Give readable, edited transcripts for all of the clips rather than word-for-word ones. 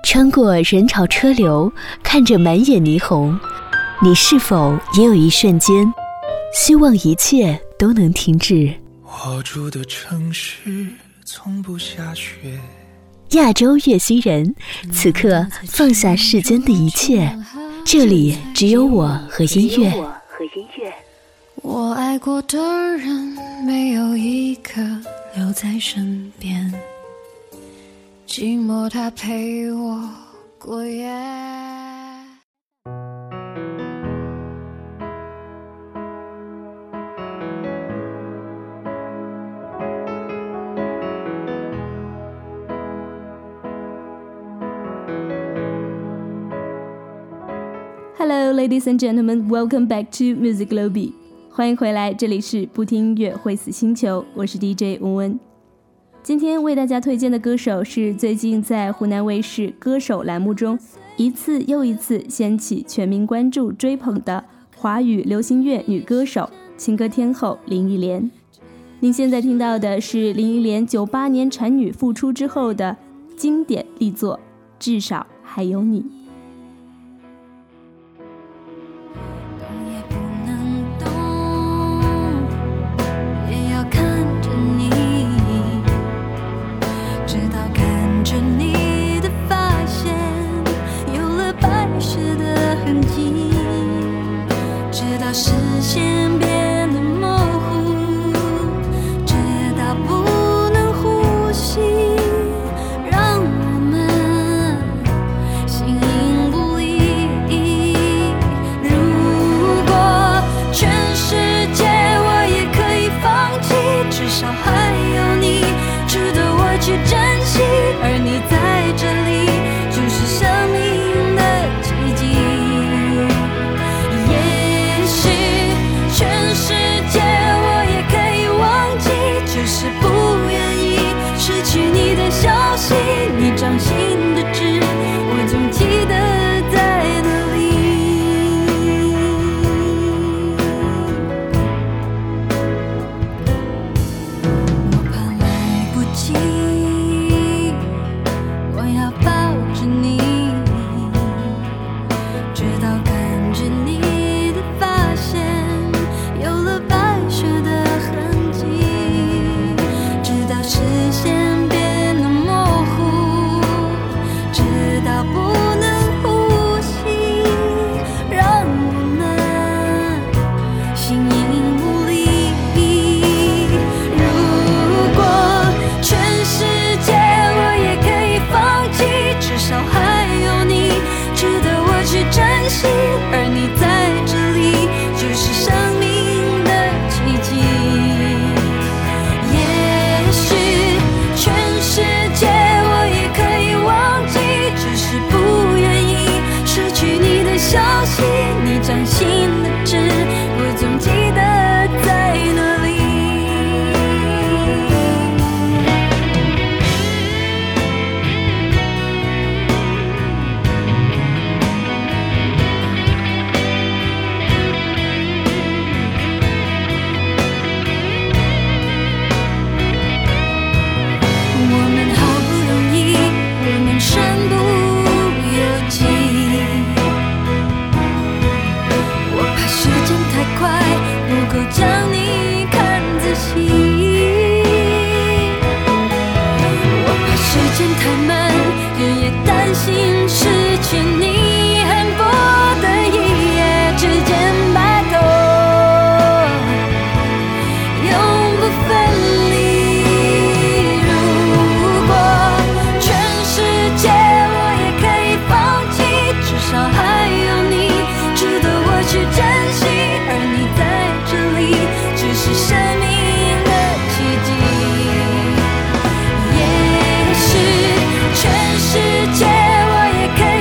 穿过人潮车流，看着满眼霓虹，你是否也有一瞬间希望一切都能停止？ 我住的城市从不下雪。 亚洲月星人，此刻放下世间的一切，这里只有我和音乐。 我爱过的人没有一个留在身边，寂寞它陪我过夜。 Hello, ladies and gentlemen, welcome back to Music Lobby. 欢迎回来，这里是不听音乐会死星球，我是 DJ 温温。今天为大家推荐的歌手是最近在湖南卫视歌手栏目中一次又一次掀起全民关注追捧的华语流行乐女歌手、情歌天后林忆莲。您现在听到的是林忆莲98年产女复出之后的经典力作《至少还有你》。 视线变得模糊，直到不能呼吸，让我们形影不离。如果全世界我也可以放弃，至少还有你值得我去珍惜，而你在这里就是生命的奇迹。全世界我也可以忘记，只是不愿意失去你的消息，你掌心的痣我总记得在哪里。我怕来不及，我要抱着你，直到看着你的发线有了白雪的痕迹，直到视线变得模糊，直到不能呼吸，让我们形影不离。如果全世界我也可以放弃，至少还有你值得我去珍惜，而你在这里就是生命的奇迹。也许全世界我也可以忘记，只是不愿意失去你的消息，你掌心的痣我总记得在哪里。也许全世界我也可以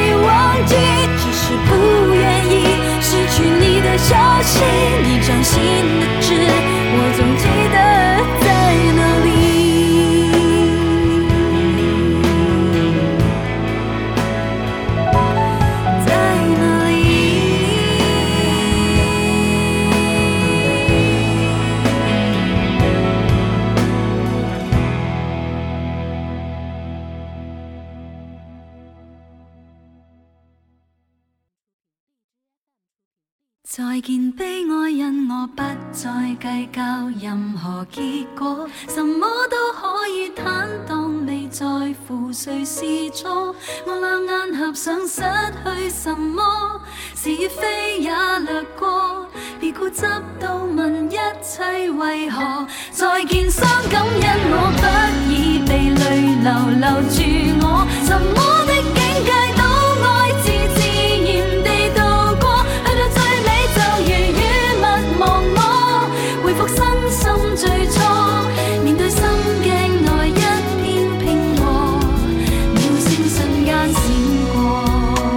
再见悲哀，因我不再计较任何结果，什么都可以坦荡，未在乎谁是错。我两眼合上，失去什么，是与非也掠过，别固执到问一切为何。再见伤感，因我不已被泪流留住我，什么的境界都爱自然地度过，去到最美就如雨勿忘我，回复身心最初，面对心镜内一片平和，秒闪瞬间闪过。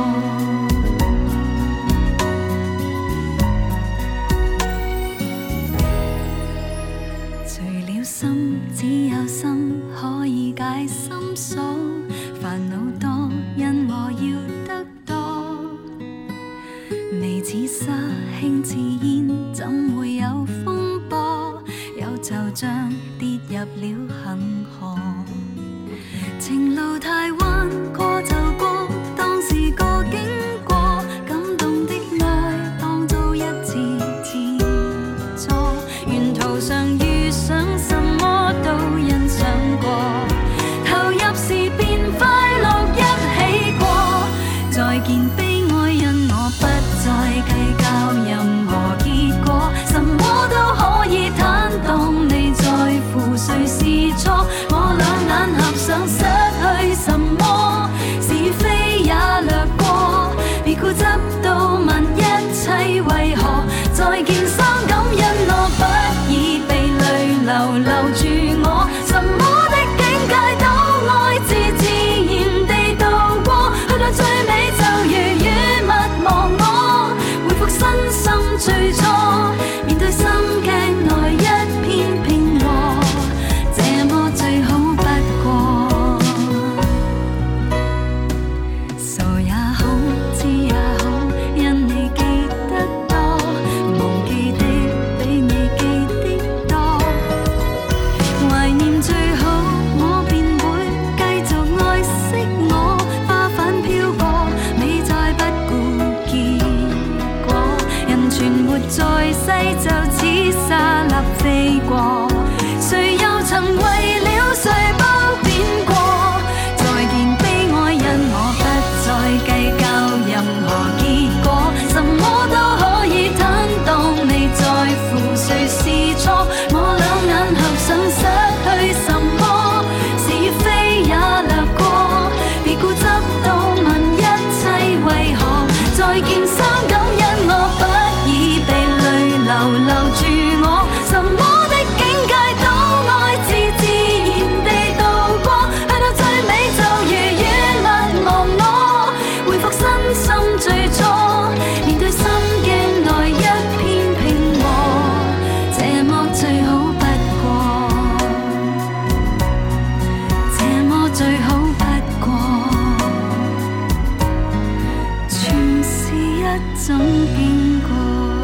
除了心，只有心可以解心锁，烦恼多，因我要得多。微似沙，轻似烟，怎会有风波？有就像跌入了恒河。情路太弯，过就过，当是个经过。感动的爱，当做一次自助。沿途上遇上什么都欣赏过，投入时便快乐一起过。再见悲哀，因我不再计较任何结果，什么都可以坦荡，未在乎谁是错。我两眼合上，失去什么，是与非也掠过，别固执到问一切为何。再见伤感，因我不已被泪流留住我，什么的境界都爱自然地度过，去到最美就如雨勿忘我，回复身心最初，面对心镜内一片平和，这么最好不过。傻也好，知也好，因你记得多，忘记的比你记的多。怀念最好，我便會繼續愛惜我，花瓣飄過，美再不顧結果。人存活在世，就似沙粒飛過，誰又曾為了誰不變過？再見悲哀，因我不再計較任何結果，什麼都可以坦蕩，未在乎誰是錯。我兩眼合上，失去什麼，是與非也掠過，別固執到問一切為何。再見傷感，因我不已被淚流留住我，什麼的境界都愛自然地度過，去到最美就如雨勿忘我，回復身心最初，面對心鏡內一片平和，這麼最好不過，這麼最好不過，全是一種經過。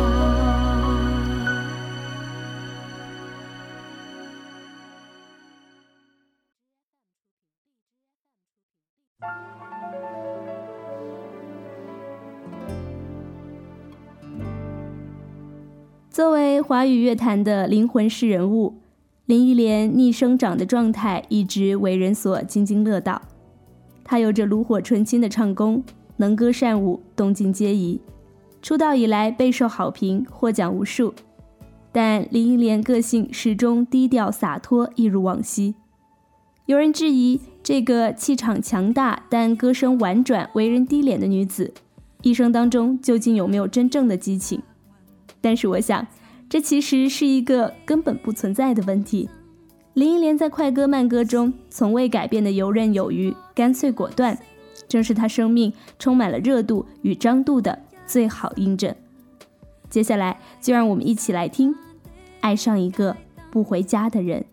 作为华语乐坛的灵魂式人物，林忆莲逆生长的状态一直为人所津津乐道。她有着炉火纯青的唱功，能歌善舞，动静皆宜。出道以来备受好评，获奖无数。但林忆莲个性始终低调洒脱，一如往昔。有人质疑这个气场强大但歌声婉转、为人低廉的女子，一生当中究竟有没有真正的激情？但是我想，这其实是一个根本不存在的问题。林忆莲在快歌慢歌中从未改变的游刃有余、干脆果断，正是她生命充满了热度与张度的最好印证。接下来就让我们一起来听《爱上一个不回家的人》。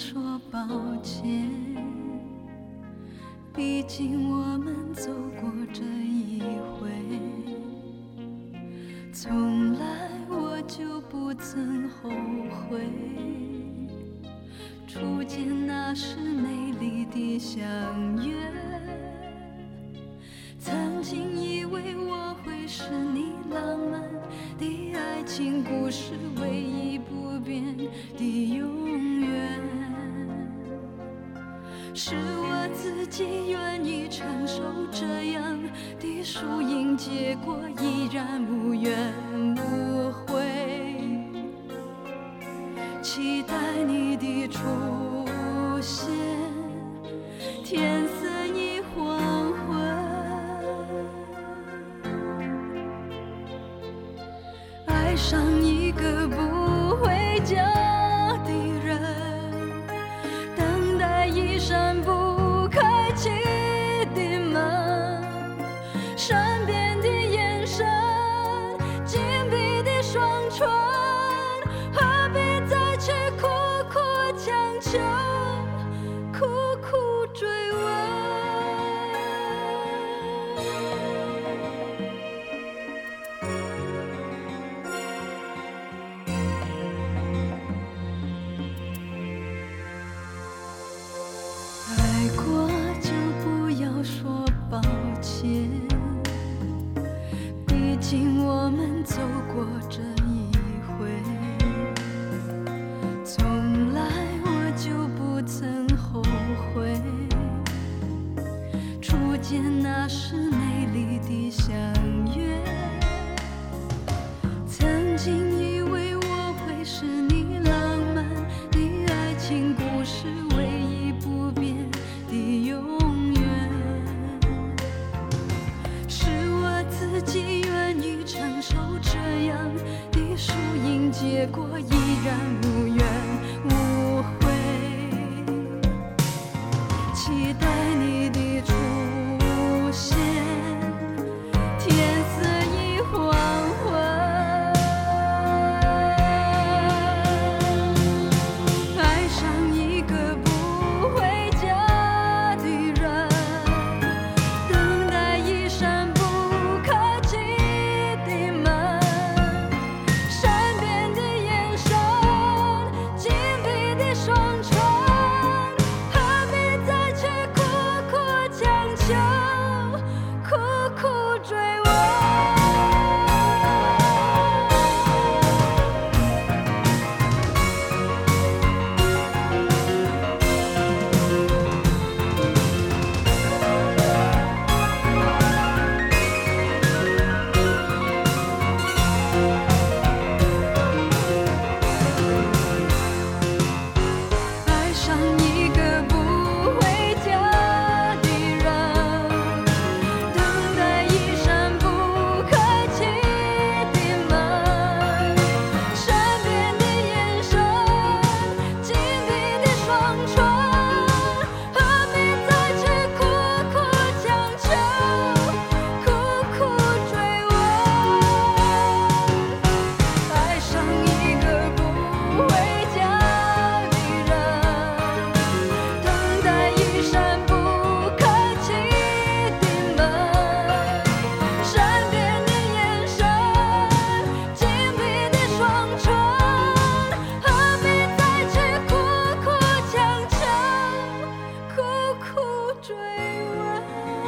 说抱歉，毕竟我们走过这一回，从来我就不曾后悔。初见那时美丽的相约，曾经以为我会是你浪漫的爱情故事唯一不变的永远，是我自己愿意承受这样的输赢结果，依然无怨无悔，期待你的出现，天色已黄昏，爱上一个不回家的人，等待一扇不开启的门，善变的眼神，紧闭的双唇，何必再去苦苦强求，苦苦追问。爱过就不要说抱歉，毕竟我们走过这一回，从来我就不曾后悔。初见那时美丽的相约，曾经以为我会是你浪漫的爱情故事唯一不变的永远，是我自己愿意承受这样的输赢结果，依然无怨无悔，期待你的出现，天色已黄昏，爱上一个不回家的人，等待一扇不开启的门，善变的眼神，紧闭的双唇，何必再去苦苦强求，苦苦追问。爱上一个不回家的人，等待一扇不开启的门，善变的眼神，紧闭的双唇，何必再去苦苦强求，苦苦追问。爱上一个不回家的人，等待一扇不开启的门，善变的眼神，紧闭的双唇，何必再去苦苦强求，苦苦追问。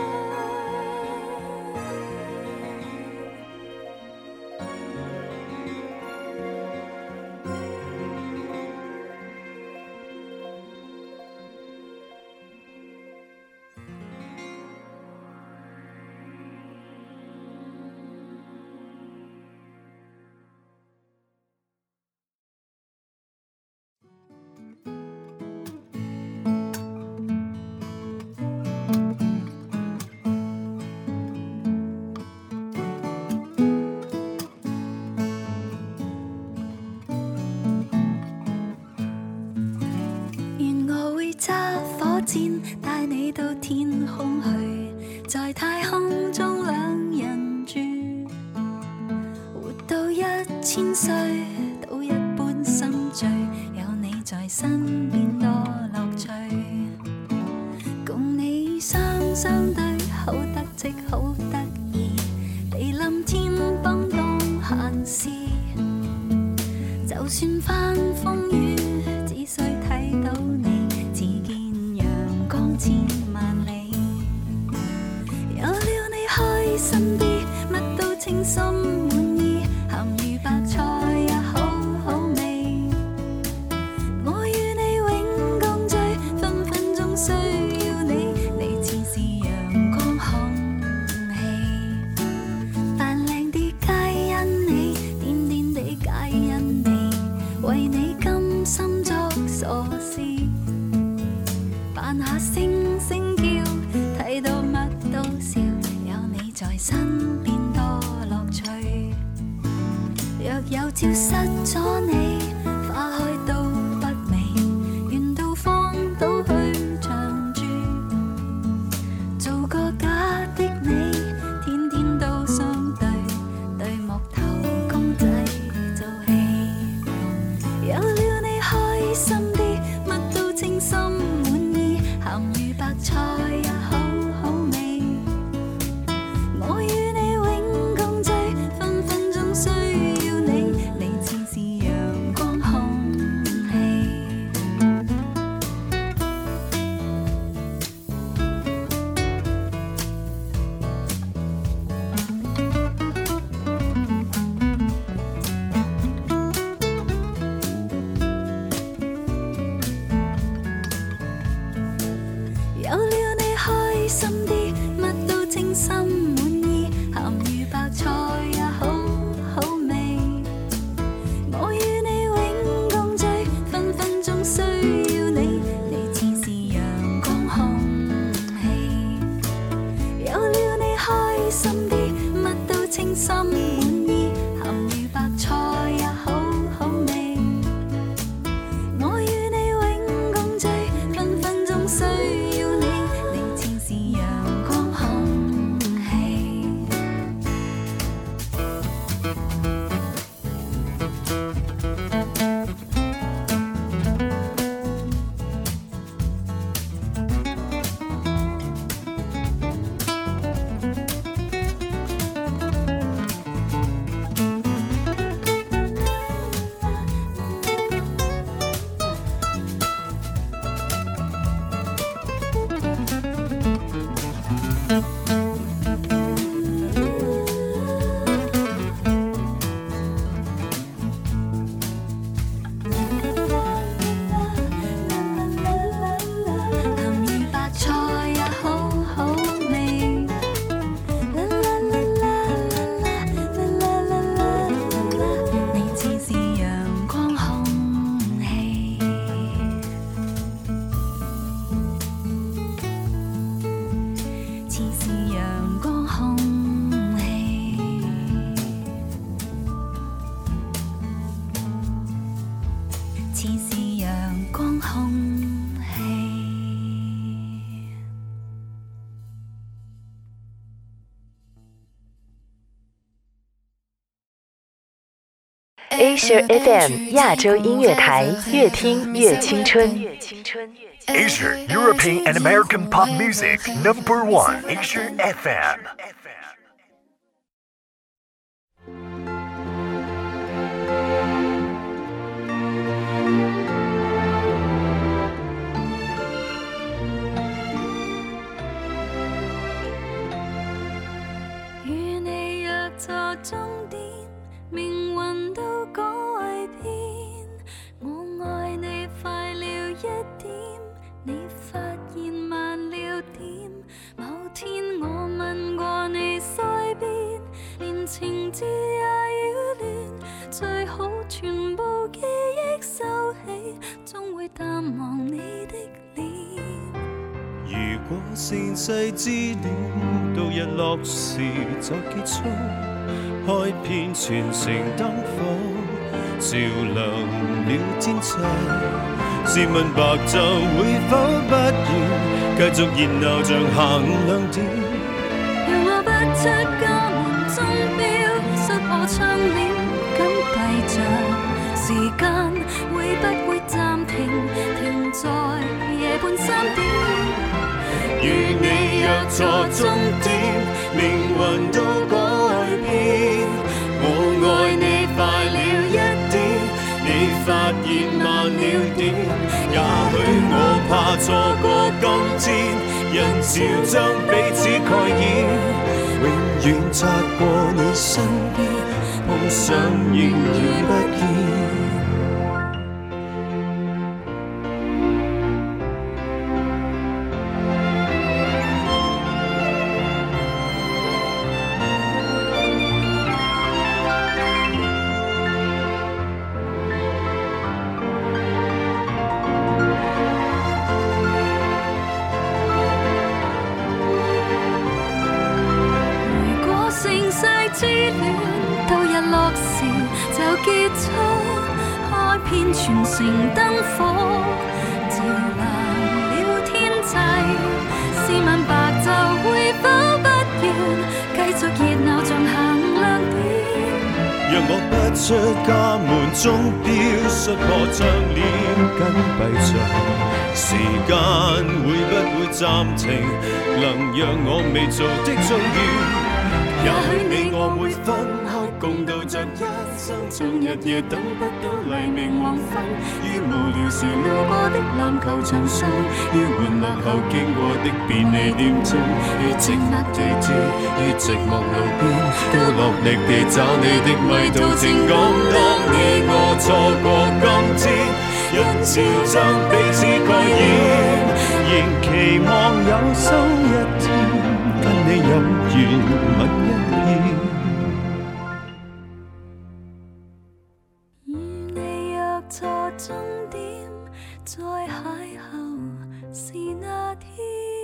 願我會揸火箭帶你到天空去，在太空中兩人住，活到1000歲都一般心醉，有你在在身邊多樂趣，共你雙雙對，好得戚好得意，地冧天崩當閒事，就算翻風雨，只需睇到你，只見陽光千萬里，有了你開心啲，乜都稱心滿意，鹹魚白菜也好好味，我與你永共聚，分分鐘需要你，你似是陽光空氣，扮靚啲皆因你，癲癲地皆因你，為你甘心作傻事，扮下星星叫，睇到乜都笑，有你在身邊多樂趣，若有朝失咗你，花開都不美，願到荒島去長住，做個假的你，天天都相對，對木頭公仔做戲，有了你開心啲，乜都稱心滿意，鹹魚白菜也好好味，我與你永共聚，分分鐘需要你，你似是陽光空氣。有了你開心啲，乜都稱心滿意，鹹魚白菜也好好味，我與你永共聚，分分鐘需要你，你似是陽光空氣，有了你開心啲，乜都稱心滿意，鹹魚白菜也好好味，我與你永共聚，分分鐘需要你，你似是陽光空氣。鹹魚白菜也好好味，啦啦啦啦啦啦啦啦，你似是陽光空氣，似是陽光空氣，似是陽光空氣。 Asia FM 亚洲音乐台，越听越青春。 Asia European and American Pop Music #1 Asia FM。 與你約錯終點，命運都改變。我愛你快了一點，你發現慢了點。某天我問過你腮邊，連情節也擾亂，最好全部記憶收起，終會淡忘你的臉。 如果善世之戀到日落時就結束，開遍全城燈火，照亮了天際。試問白晝會否不要繼續燃鬧像行亮點？ 讓我不出家門鐘錶，摔破窗簾緊閉着，時間會不會暫停？ 錯終點，命運都改變。我愛你快了一點，你發現慢了點。也許我怕錯過今天，人潮將彼此蓋掩，永遠擦過你身邊，碰上仍然不見。 結束，開遍全城燈火，照亮了天際。試問白晝會否不願繼續熱鬧像行亮點？ 讓我不出家門鐘錶，摔破窗簾緊閉着。時間會不會暫停，能讓我未做的終於？也許你我會分開，共度着一生，終日夜等不到黎明黃昏。於無聊時路過的籃球場上，於玩樂後經過的便利店中，於寂寞地鐵，於寂寞路邊，都落力地找你的迷途情感。當你我錯過今天，人潮將彼此蓋掩，仍期望有生一天，跟你有緣吻一遍。 與你約錯終點，再邂逅是那天。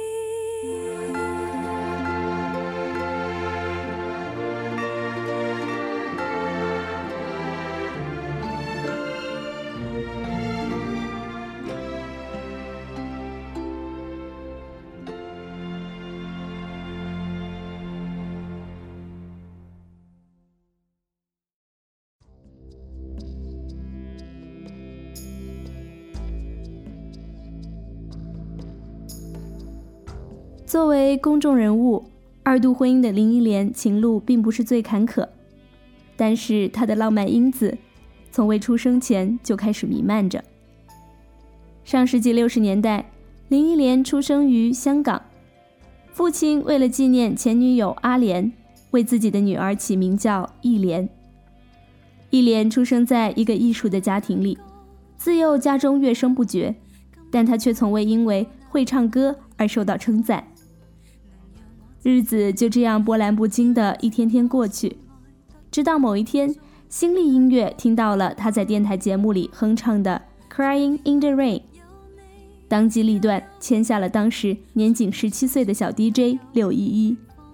作为公众人物，二度婚姻的林忆莲情路并不是最坎坷，但是她的浪漫因子从未出生前就开始弥漫着。上世纪60年代，林忆莲出生于香港，父亲为了纪念前女友阿莲，为自己的女儿起名叫忆莲。忆莲出生在一个艺术的家庭里，自幼家中乐声不绝，但她却从未因为会唱歌而受到称赞。日子就这样波澜不惊的一天天过去，直到某一天，新力音乐听到了他在电台节目里哼唱的 Crying in the Rain， 当机立断签下了当时年仅17岁的小 DJ 611。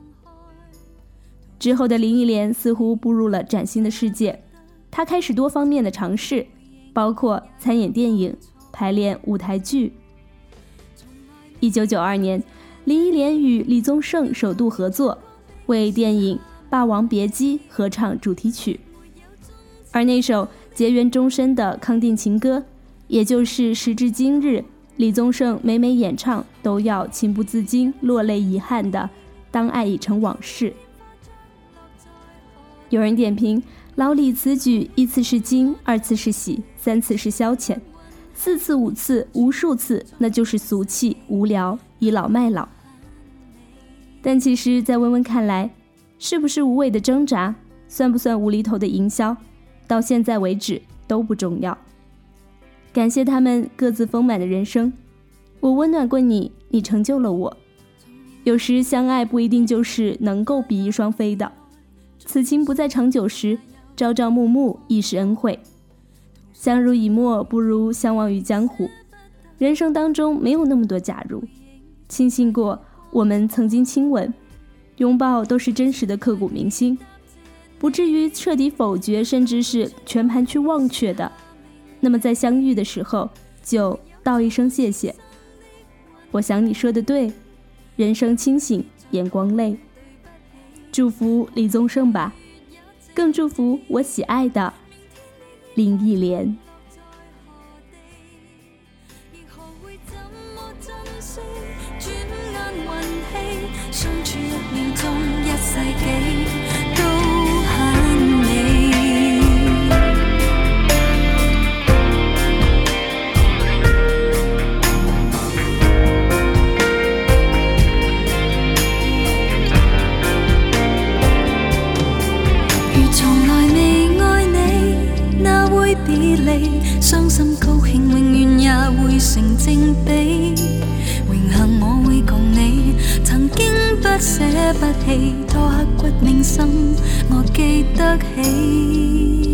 之后的林忆莲似乎步入了崭新的世界，她开始多方面的尝试，包括参演电影、排练舞台剧。1992年，林忆莲与李宗盛首度合作，为电影《霸王别姬》合唱主题曲，而那首结缘终身的康定情歌，也就是时至今日李宗盛每演唱都要情不自禁落泪遗憾的《当爱已成往事》。有人点评，老李此举1次是惊，2次是喜，3次是消遣，4次5次无数次，那就是俗气无聊，倚老卖老。但其实在温温看来，是不是无谓的挣扎，算不算无厘头的营销，到现在为止都不重要。感谢他们各自丰满的人生，我温暖过你，你成就了我。有时相爱不一定就是能够比翼双飞的，此情不再长久时，朝朝暮暮亦是恩惠。相濡以沫不如相忘于江湖，人生当中没有那么多假如，庆幸过我们曾经亲吻拥抱，都是真实的刻骨铭心，不至于彻底否决，甚至是全盘去忘却的。那么在相遇的时候就道一声谢谢。我想你说的对，人生清醒眼光泪。祝福李宗盛吧，更祝福我喜爱的林忆莲。 亦何會怎麼珍惜，轉眼運氣相處1秒鐘1世紀都很美。如從來未愛你，那會別離，傷心高興永遠也會成正比。榮幸我會共你，曾經不捨不棄，多刻骨銘心，我記得起。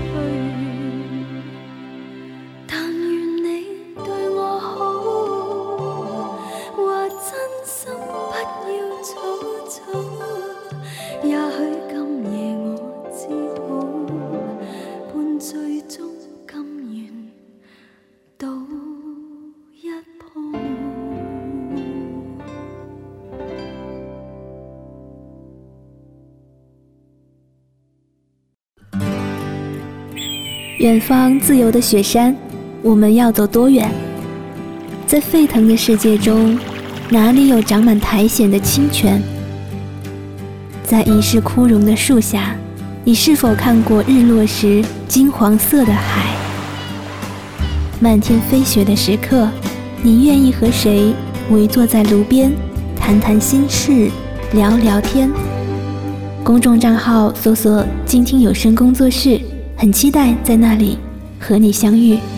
但願你對我好。 远方自由的雪山，我们要走多远？在沸腾的世界中，哪里有长满苔藓的清泉？在已是枯荣的树下，你是否看过日落时金黄色的海？漫天飞雪的时刻，你愿意和谁围坐在炉边，谈谈心事，聊聊天？公众账号搜索静听有声工作室，很期待在那里和你相遇。